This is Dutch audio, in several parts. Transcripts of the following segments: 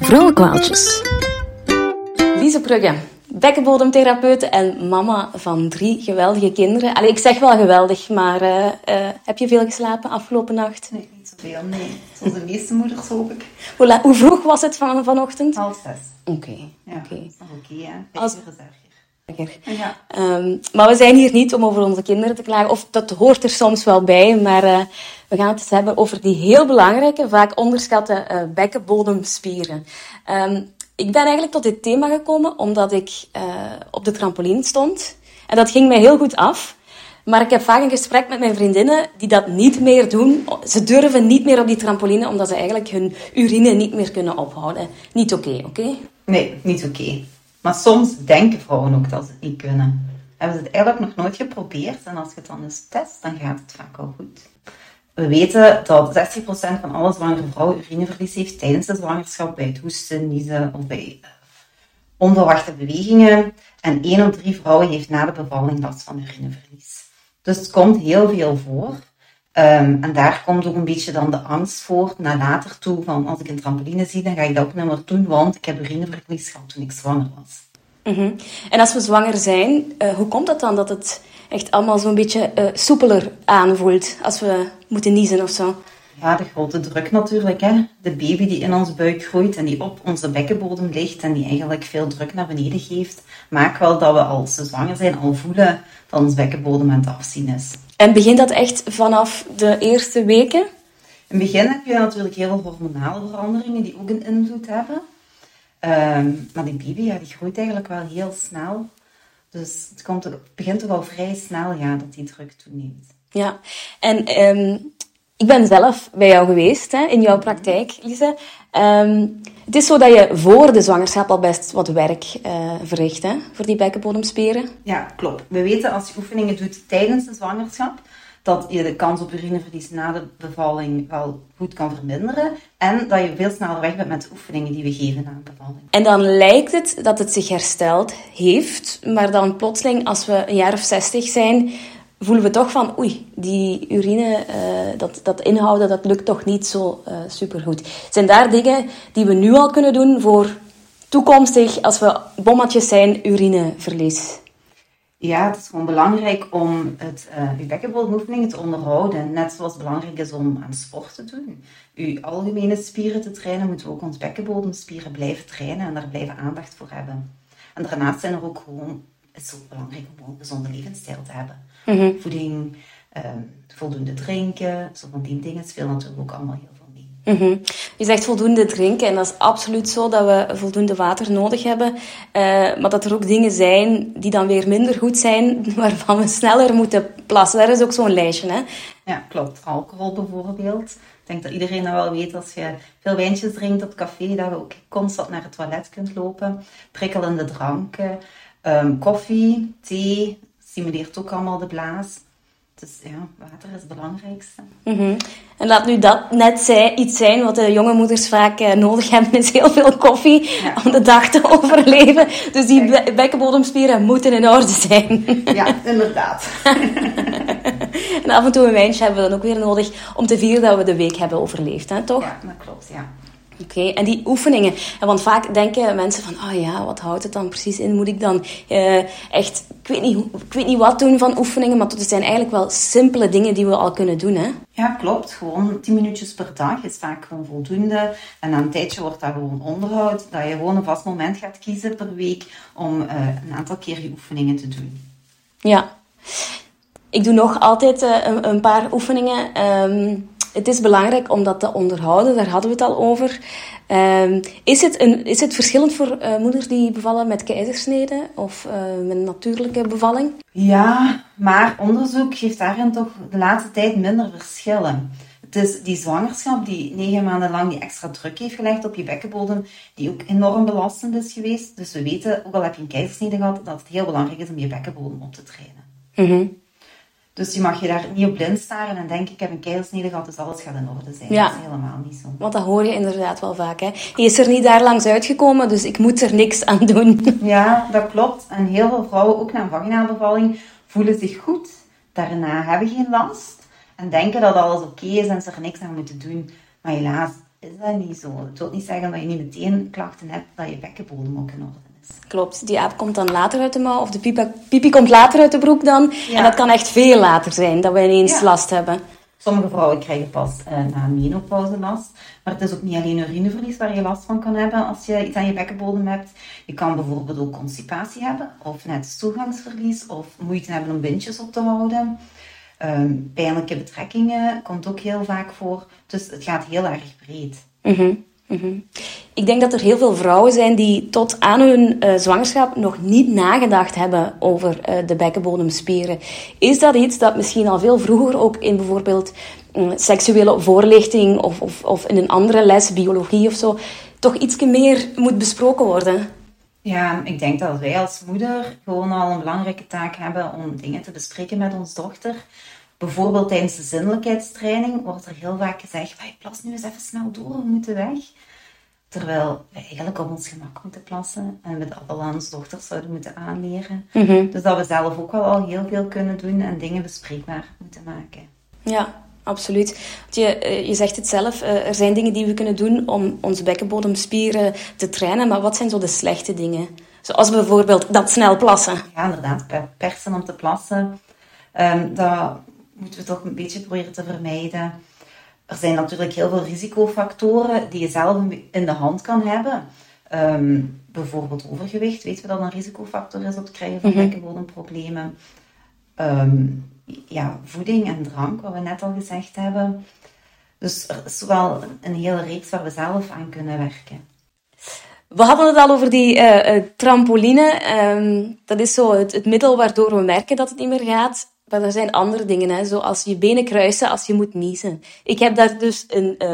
Vrouwenkwaaltjes. Lise Brugge, bekkenbodemtherapeut en mama van 3 geweldige kinderen. Allee, ik zeg wel geweldig, maar heb je veel geslapen afgelopen nacht? Nee, niet zoveel, nee. Zoals de meeste moeders, hoop ik. Hoe vroeg was het vanochtend? 5:30. Oké. Ja, dat is nog oké, hè. 5 uur is erger. Ja. Maar we zijn hier niet om over onze kinderen te klagen. Of dat hoort er soms wel bij. Maar we gaan het eens hebben over die heel belangrijke, vaak onderschatte bekkenbodemspieren. Ik ben eigenlijk tot dit thema gekomen omdat ik op de trampoline stond. En dat ging mij heel goed af. Maar ik heb vaak een gesprek met mijn vriendinnen die dat niet meer doen. Ze durven niet meer op die trampoline omdat ze eigenlijk hun urine niet meer kunnen ophouden. Niet oké? Nee, niet oké. Maar soms denken vrouwen ook dat ze het niet kunnen. Hebben ze het eigenlijk nog nooit geprobeerd. En als je het dan eens test, dan gaat het vaak al goed. We weten dat 60% van alle zwangere vrouwen urineverlies heeft tijdens de zwangerschap. Bij het hoesten, niezen of bij onverwachte bewegingen. En 1 op 3 vrouwen heeft na de bevalling last van urineverlies. Dus het komt heel veel voor. En daar komt ook een beetje dan de angst voor naar later toe. Van als ik een trampoline zie, dan ga ik dat ook niet meer doen. Want ik heb urineverlies gehad toen ik zwanger was. Mm-hmm. En als we zwanger zijn, hoe komt dat dan dat het echt allemaal zo'n beetje soepeler aanvoelt als we moeten niezen of zo? Ja, de grote druk natuurlijk. Hè. De baby die in ons buik groeit en die op onze bekkenbodem ligt en die eigenlijk veel druk naar beneden geeft, maakt wel dat we als we zwanger zijn al voelen dat ons bekkenbodem aan het afzien is. En begint dat echt vanaf de eerste weken? In het begin heb je natuurlijk heel veel hormonale veranderingen die ook een invloed hebben. Maar die baby die groeit eigenlijk wel heel snel. Dus het begint toch al vrij snel dat die druk toeneemt. Ja, en ik ben zelf bij jou geweest, in jouw praktijk, Lise. Het is zo dat je voor de zwangerschap al best wat werk verricht, hè, voor die bekkenbodemspieren. Ja, klopt. We weten als je oefeningen doet tijdens de zwangerschap, dat je de kans op urineverlies na de bevalling wel goed kan verminderen. En dat je veel sneller weg bent met de oefeningen die we geven na de bevalling. En dan lijkt het dat het zich hersteld heeft. Maar dan plotseling, als we een jaar of 60 zijn, voelen we toch van, oei, die urine, dat inhouden, dat lukt toch niet zo supergoed. Zijn daar dingen die we nu al kunnen doen voor toekomstig, als we bommetjes zijn, urineverlies? Ja, het is gewoon belangrijk om je bekkenbodemoefeningen te onderhouden. Net zoals het belangrijk is om aan sport te doen. Uw algemene spieren te trainen, moeten we ook ons bekkenbodemspieren blijven trainen en daar blijven aandacht voor hebben. En daarnaast zijn er ook gewoon, het is ook belangrijk om een gezonde levensstijl te hebben. Mm-hmm. Voeding, voldoende drinken, zo van die dingen spelen natuurlijk ook allemaal heel veel mee. Mm-hmm. Je zegt voldoende drinken en dat is absoluut zo dat we voldoende water nodig hebben. Maar dat er ook dingen zijn die dan weer minder goed zijn, waarvan we sneller moeten plassen. Daar is ook zo'n lijstje, hè? Ja, klopt. Alcohol bijvoorbeeld. Ik denk dat iedereen dat wel weet als je veel wijntjes drinkt op café, dat je ook constant naar het toilet kunt lopen. Prikkelende dranken, koffie, thee, stimuleert ook allemaal de blaas. Dus ja, water is het belangrijkste. Mm-hmm. En laat nu dat net iets zijn wat de jonge moeders vaak nodig hebben, is heel veel koffie om de dag te overleven. Dus die bekkenbodemspieren moeten in orde zijn. Ja, inderdaad. En af en toe een wijntje hebben we dan ook weer nodig om te vieren dat we de week hebben overleefd, hè, toch? Ja, dat klopt, ja. Oké, en die oefeningen. Want vaak denken mensen van, wat houdt het dan precies in? Moet ik dan echt, ik weet niet wat doen van oefeningen, maar het zijn eigenlijk wel simpele dingen die we al kunnen doen, hè? Ja, klopt. Gewoon 10 minuutjes per dag is vaak gewoon voldoende. En na een tijdje wordt dat gewoon onderhoud. Dat je gewoon een vast moment gaat kiezen per week om een aantal keer je oefeningen te doen. Ja. Ik doe nog altijd een paar oefeningen. Het is belangrijk om dat te onderhouden, daar hadden we het al over. Is het verschillend voor moeders die bevallen met keizersnede of met een natuurlijke bevalling? Ja, maar onderzoek geeft daarin toch de laatste tijd minder verschillen. Het is die zwangerschap die 9 maanden lang die extra druk heeft gelegd op je bekkenbodem, die ook enorm belastend is geweest. Dus we weten, ook al heb je een keizersnede gehad, dat het heel belangrijk is om je bekkenbodem op te trainen. Mm-hmm. Dus je mag je daar niet op blind staren en denken, ik heb een keizersnede gehad, dus alles gaat in orde zijn. Ja. Dat is helemaal niet zo. Want dat hoor je inderdaad wel vaak, hè. Je is er niet daar langs uitgekomen, dus ik moet er niks aan doen. Ja, dat klopt. En heel veel vrouwen, ook na een vaginale bevalling, voelen zich goed. Daarna hebben geen last. En denken dat alles oké is en ze er niks aan moeten doen. Maar helaas is dat niet zo. Het wil niet zeggen dat je niet meteen klachten hebt dat je bekkenbodem ook in orde is. Klopt, die aap komt dan later uit de mouw, of de pipi komt later uit de broek dan. Ja. En dat kan echt veel later zijn, dat we ineens last hebben. Sommige vrouwen krijgen pas na menopauze last. Maar het is ook niet alleen urineverlies waar je last van kan hebben als je iets aan je bekkenbodem hebt. Je kan bijvoorbeeld ook constipatie hebben, of net toegangsverlies, of moeite hebben om bindjes op te houden. Pijnlijke betrekkingen komt ook heel vaak voor. Dus het gaat heel erg breed. Ik denk dat er heel veel vrouwen zijn die tot aan hun zwangerschap nog niet nagedacht hebben over de bekkenbodemspieren. Is dat iets dat misschien al veel vroeger ook in bijvoorbeeld seksuele voorlichting of in een andere les, biologie of zo, toch iets meer moet besproken worden? Ja, ik denk dat wij als moeder gewoon al een belangrijke taak hebben om dingen te bespreken met ons dochter. Bijvoorbeeld tijdens de zinnelijkheidstraining wordt er heel vaak gezegd, plas nu eens even snel door, we moeten weg. Terwijl we eigenlijk op ons gemak moeten plassen en we dat al aan onze dochters zouden moeten aanleren. Dus dat we zelf ook al heel veel kunnen doen en dingen bespreekbaar moeten maken. Ja, absoluut. Je zegt het zelf, er zijn dingen die we kunnen doen om onze bekkenbodemspieren te trainen, maar wat zijn zo de slechte dingen? Zoals bijvoorbeeld dat snel plassen. Ja, inderdaad, persen om te plassen. Dat moeten we toch een beetje proberen te vermijden. Er zijn natuurlijk heel veel risicofactoren die je zelf in de hand kan hebben. Bijvoorbeeld overgewicht. Weten we dat een risicofactor is op het krijgen van bekkenbodemproblemen. Voeding en drank, wat we net al gezegd hebben. Dus er is wel een hele reeks waar we zelf aan kunnen werken. We hadden het al over die trampoline. Dat is zo het middel waardoor we merken dat het niet meer gaat. Maar er zijn andere dingen, hè, zoals je benen kruisen als je moet niezen. Ik heb daar dus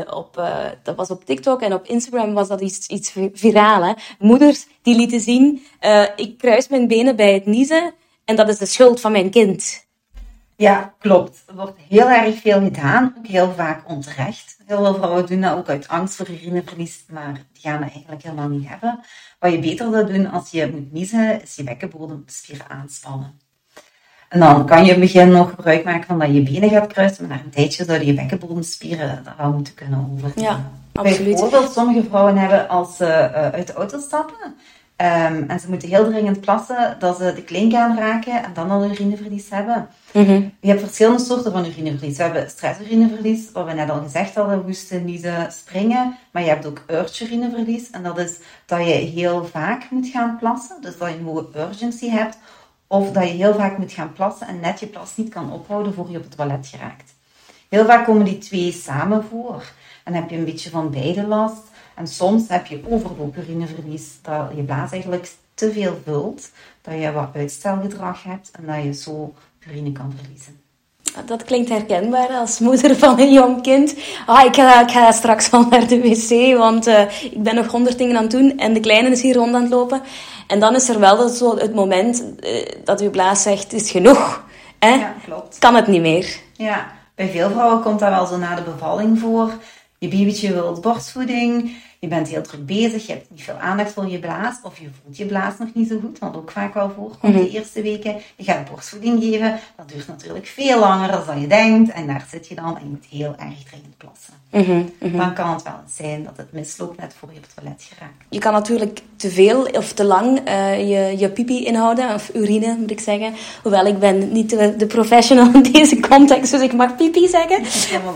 dat was op TikTok en op Instagram was dat iets viraal. Hè. Moeders die lieten zien, ik kruis mijn benen bij het niezen en dat is de schuld van mijn kind. Ja, klopt. Er wordt heel erg veel gedaan, ook heel vaak onterecht. Heel veel vrouwen doen dat ook uit angst voor urineverlies, maar die gaan dat eigenlijk helemaal niet hebben. Wat je beter zou doen als je moet niezen, is je bekkenbodemspieren aanspannen. En dan kan je in het begin nog gebruik maken van dat je benen gaat kruisen, maar na een tijdje zouden je bekkenbodemspieren daar wel moeten kunnen overnemen. Ja, absoluut. Bijvoorbeeld, sommige vrouwen hebben als ze uit de auto stappen en ze moeten heel dringend plassen, dat ze de klink aanraken en dan al urineverlies hebben. Je hebt verschillende soorten van urineverlies. We hebben stressurineverlies, wat we net al gezegd hadden, hoesten, niezen, springen. Maar je hebt ook urge-urineverlies. En dat is dat je heel vaak moet gaan plassen. Dus dat je een hoge urgency hebt. Of dat je heel vaak moet gaan plassen en net je plas niet kan ophouden voor je op het toilet geraakt. Heel vaak komen die twee samen voor. En heb je een beetje van beide last. En soms heb je overloopurineverlies. Dat je blaas eigenlijk te veel vult. Dat je wat uitstelgedrag hebt. En dat je zo urine kan verliezen. Dat klinkt herkenbaar als moeder van een jong kind. Ik ga straks al naar de wc, want ik ben nog 100 dingen aan het doen en de kleine is hier rond aan het lopen. En dan is er wel zo het moment dat uw blaas zegt, het is genoeg. Hè? Ja, klopt. Kan het niet meer. Ja, bij veel vrouwen komt dat wel zo na de bevalling voor. Je babytje wil borstvoeding, je bent heel druk bezig, je hebt niet veel aandacht voor je blaas, of je voelt je blaas nog niet zo goed, wat ook vaak wel voorkomt de eerste weken. Je gaat borstvoeding geven, dat duurt natuurlijk veel langer dan je denkt, en daar zit je dan en je moet heel erg dringend plassen. Dan kan het wel eens zijn dat het misloopt net voor je op het toilet geraakt. Je kan natuurlijk te veel of te lang je pipi inhouden, of urine moet ik zeggen. Hoewel ik ben niet de professional in deze context, dus ik mag pipi zeggen. Dat is helemaal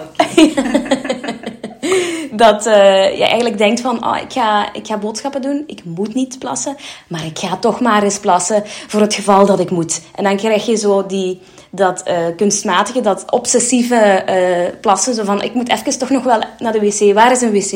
oké. Dat je eigenlijk denkt van, ik ga boodschappen doen, ik moet niet plassen, maar ik ga toch maar eens plassen voor het geval dat ik moet. En dan krijg je zo dat kunstmatige, dat obsessieve plassen, zo van, ik moet even toch nog wel naar de wc. Waar is een wc?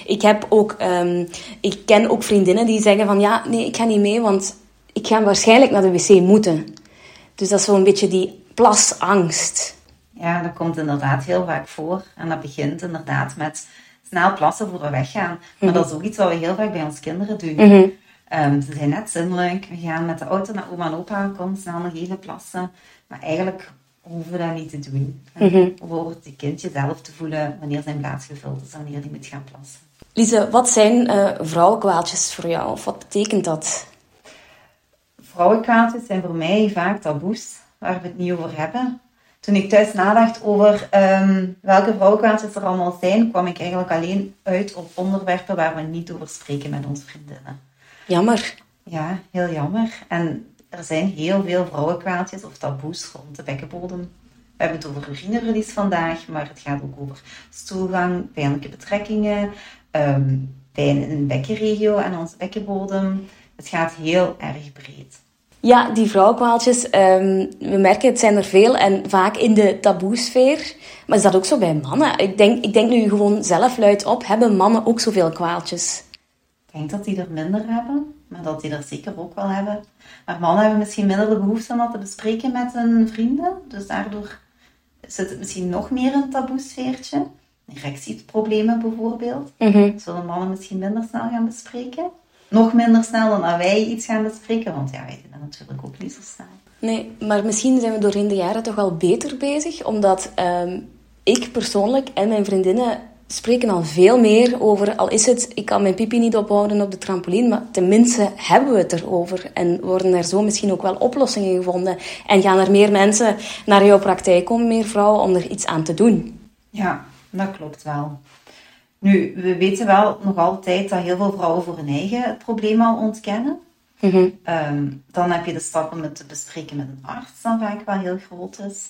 Ik ken ook vriendinnen die zeggen van, ja, nee, ik ga niet mee, want ik ga waarschijnlijk naar de wc moeten. Dus dat is zo'n beetje die plasangst. Ja, dat komt inderdaad heel vaak voor. En dat begint inderdaad met snel plassen voor we weggaan. Maar dat is ook iets wat we heel vaak bij onze kinderen doen. Ze zijn net zindelijk. We gaan met de auto naar oma en opa. Kom, snel nog even plassen. Maar eigenlijk hoeven we dat niet te doen. We horen het kindje zelf te voelen wanneer zijn blaas gevuld is. Wanneer die moet gaan plassen. Lise, wat zijn vrouwenkwaaltjes voor jou? Of wat betekent dat? Vrouwenkwaaltjes zijn voor mij vaak taboes waar we het niet over hebben. Toen ik thuis nadacht over welke vrouwenkwaaltjes er allemaal zijn, kwam ik eigenlijk alleen uit op onderwerpen waar we niet over spreken met onze vriendinnen. Jammer. Ja, heel jammer. En er zijn heel veel vrouwenkwaaltjes of taboes rond de bekkenbodem. We hebben het over urineverlies vandaag, maar het gaat ook over stoelgang, pijnlijke betrekkingen, pijn in de bekkenregio en onze bekkenbodem. Het gaat heel erg breed. Ja, die vrouwenkwaaltjes, we merken het zijn er veel en vaak in de taboesfeer. Maar is dat ook zo bij mannen? Ik denk nu gewoon zelf luid op, hebben mannen ook zoveel kwaaltjes? Ik denk dat die er minder hebben, maar dat die er zeker ook wel hebben. Maar mannen hebben misschien minder de behoefte om dat te bespreken met hun vrienden. Dus daardoor zit het misschien nog meer in een taboesfeertje. Erectieproblemen bijvoorbeeld. Zullen mannen misschien minder snel gaan bespreken. Nog minder snel dan dat wij iets gaan bespreken, want ja, wij doen dat natuurlijk ook niet zo snel. Nee, maar misschien zijn we doorheen de jaren toch wel beter bezig, omdat ik persoonlijk en mijn vriendinnen spreken al veel meer over, al is het, ik kan mijn pipi niet ophouden op de trampoline, maar tenminste hebben we het erover. En worden er zo misschien ook wel oplossingen gevonden. En gaan er meer mensen naar jouw praktijk komen, meer vrouwen, om er iets aan te doen. Ja, dat klopt wel. Nu, we weten wel nog altijd dat heel veel vrouwen voor hun eigen het probleem al ontkennen. Dan heb je de stap om het te bespreken met een arts, dan vaak wel heel groot is.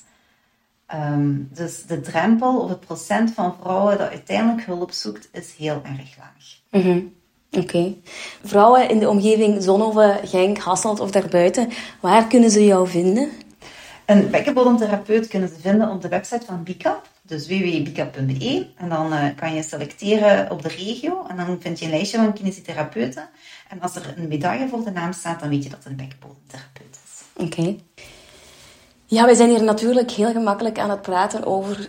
Dus de drempel of het procent van vrouwen dat uiteindelijk hulp zoekt, is heel erg laag. Oké. Vrouwen in de omgeving Zonhoven, Genk, Hasselt of daarbuiten, waar kunnen ze jou vinden? Een bekkenbodemtherapeut kunnen ze vinden op de website van BICAP, dus www.bicap.be. En dan kan je selecteren op de regio en dan vind je een lijstje van kinesitherapeuten. En als er een medaille voor de naam staat, dan weet je dat het een bekkenbodemtherapeut is. Oké. Ja, wij zijn hier natuurlijk heel gemakkelijk aan het praten over,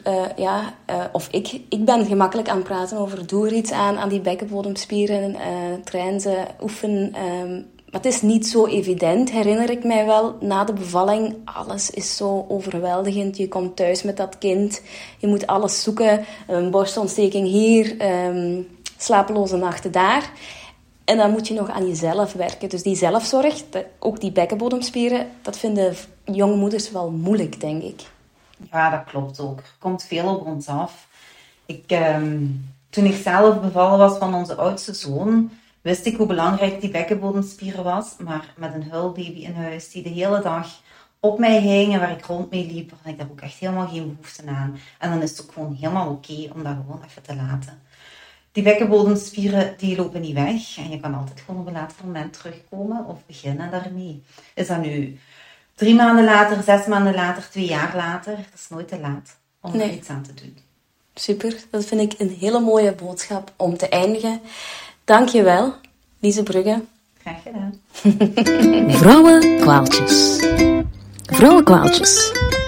ik ben gemakkelijk aan het praten over, doe er iets aan die bekkenbodemspieren, train ze, oefen. Maar het is niet zo evident, herinner ik mij wel. Na de bevalling, alles is zo overweldigend. Je komt thuis met dat kind, je moet alles zoeken. Een borstontsteking hier, slapeloze nachten daar. En dan moet je nog aan jezelf werken. Dus die zelfzorg, ook die bekkenbodemspieren, dat vinden jonge moeders wel moeilijk, denk ik. Ja, dat klopt ook. Er komt veel op ons af. Toen ik zelf bevallen was van onze oudste zoon, wist ik hoe belangrijk die bekkenbodemspieren was. Maar met een huilbaby in huis die de hele dag op mij hing en waar ik rond mee liep, had ik daar ook echt helemaal geen behoefte aan. En dan is het ook gewoon helemaal oké om dat gewoon even te laten. Die bekkenbodemspieren die lopen niet weg en je kan altijd gewoon op een later moment terugkomen of beginnen daarmee. Is dat nu 3 maanden later, 6 maanden later, 2 jaar later? Dat is nooit te laat om er iets aan te doen. Super, dat vind ik een hele mooie boodschap om te eindigen. Dank je wel, Lise Brugge. Graag gedaan. Vrouwenkwaaltjes. Vrouwenkwaaltjes.